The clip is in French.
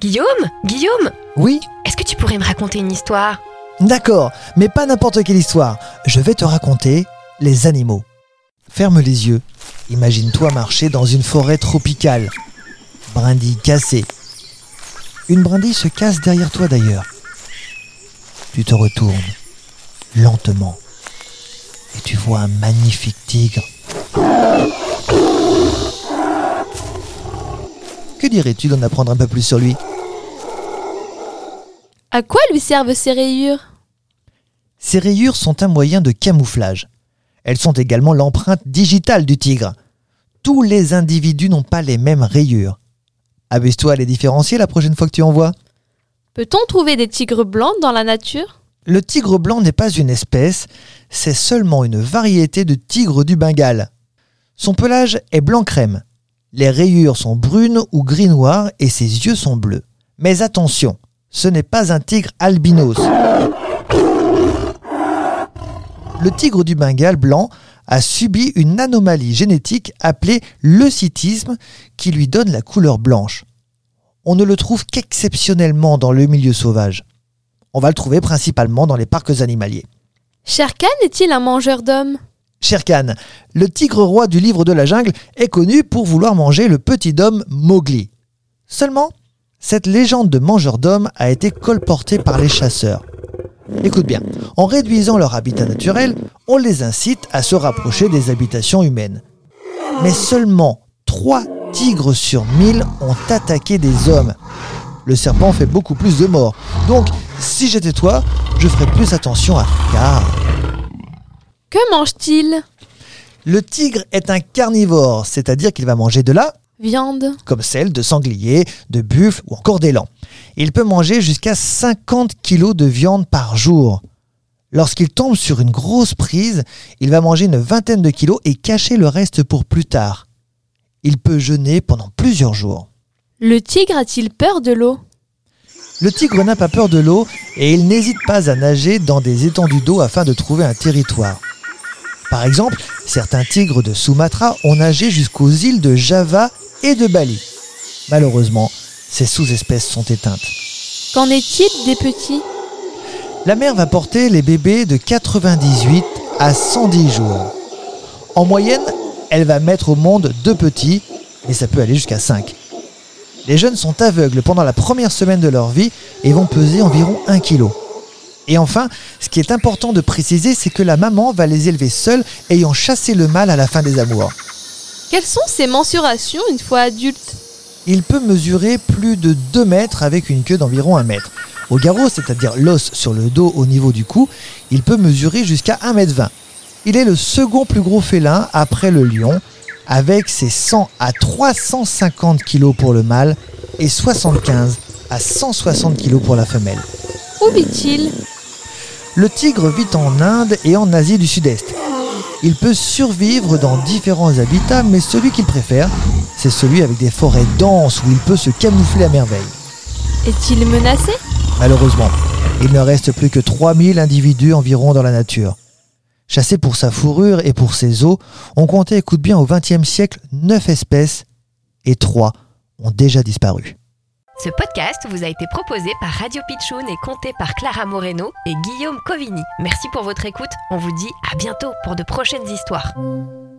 Guillaume, Oui ? est-ce que tu pourrais me raconter une histoire ? D'accord, mais pas n'importe quelle histoire. Je vais te raconter les animaux. Ferme les yeux. Imagine-toi marcher dans une forêt tropicale. Brindille cassée. Une brindille se casse derrière toi d'ailleurs. Tu te retournes, lentement, et tu vois un magnifique tigre. Que dirais-tu d'en apprendre un peu plus sur lui ? À quoi lui servent ces rayures ? Ces rayures sont un moyen de camouflage. Elles sont également l'empreinte digitale du tigre. Tous les individus n'ont pas les mêmes rayures. Amuse-toi à les différencier la prochaine fois que tu en vois. Peut-on trouver des tigres blancs dans la nature ? Le tigre blanc n'est pas une espèce, c'est seulement une variété de tigre du Bengale. Son pelage est blanc crème. Les rayures sont brunes ou gris-noir et ses yeux sont bleus. Mais attention, ce n'est pas un tigre albinos. Le tigre du Bengale blanc a subi une anomalie génétique appelée leucistisme qui lui donne la couleur blanche. On ne le trouve qu'exceptionnellement dans le milieu sauvage. On va le trouver principalement dans les parcs animaliers. Shere Khan est-il un mangeur d'hommes ? Shere Khan, le tigre roi du livre de la jungle, est connu pour vouloir manger le petit homme Mowgli. Seulement, cette légende de mangeur d'hommes a été colportée par les chasseurs. Écoute bien, en réduisant leur habitat naturel, on les incite à se rapprocher des habitations humaines. Mais seulement 3 tigres sur 1000 ont attaqué des hommes. Le serpent fait beaucoup plus de morts. Donc, si j'étais toi, je ferais plus attention à car. Que mange-t-il ? Le tigre est un carnivore, c'est-à-dire qu'il va manger de la Viande. comme celle de sanglier, de buffle ou encore d'élan. Il peut manger jusqu'à 50 kg de viande par jour. Lorsqu'il tombe sur une grosse prise, il va manger une vingtaine de kilos et cacher le reste pour plus tard. Il peut jeûner pendant plusieurs jours. Le tigre a-t-il peur de l'eau ? Le tigre n'a pas peur de l'eau et il n'hésite pas à nager dans des étendues d'eau afin de trouver un territoire. Par exemple, certains tigres de Sumatra ont nagé jusqu'aux îles de Java et de Bali. Malheureusement, ces sous-espèces sont éteintes. Qu'en est-il des petits ? La mère va porter les bébés de 98 à 110 jours. En moyenne, elle va mettre au monde 2 petits, mais ça peut aller jusqu'à 5. Les jeunes sont aveugles pendant la première semaine de leur vie et vont peser environ 1 kg. Et enfin, ce qui est important de préciser, c'est que la maman va les élever seule, ayant chassé le mâle à la fin des amours. Quelles sont ses mensurations une fois adulte ? Il peut mesurer plus de 2 mètres avec une queue d'environ 1 mètre. Au garrot, c'est-à-dire l'os sur le dos au niveau du cou, il peut mesurer jusqu'à 1,20 m. Il est le second plus gros félin après le lion, avec ses 100 à 350 kg pour le mâle et 75 à 160 kg pour la femelle. Où vit-il ? Le tigre vit en Inde et en Asie du Sud-Est. Il peut survivre dans différents habitats, mais celui qu'il préfère, c'est celui avec des forêts denses où il peut se camoufler à merveille. Est-il menacé ? Malheureusement, il ne reste plus que 3000 individus environ dans la nature. Chassé pour sa fourrure et pour ses os, on comptait, écoute bien, au XXe siècle, 9 espèces et 3 ont déjà disparu. Ce podcast vous a été proposé par Radio Pitchoun et compté par Clara Moreno et Guillaume Covini. Merci pour votre écoute. On vous dit à bientôt pour de prochaines histoires.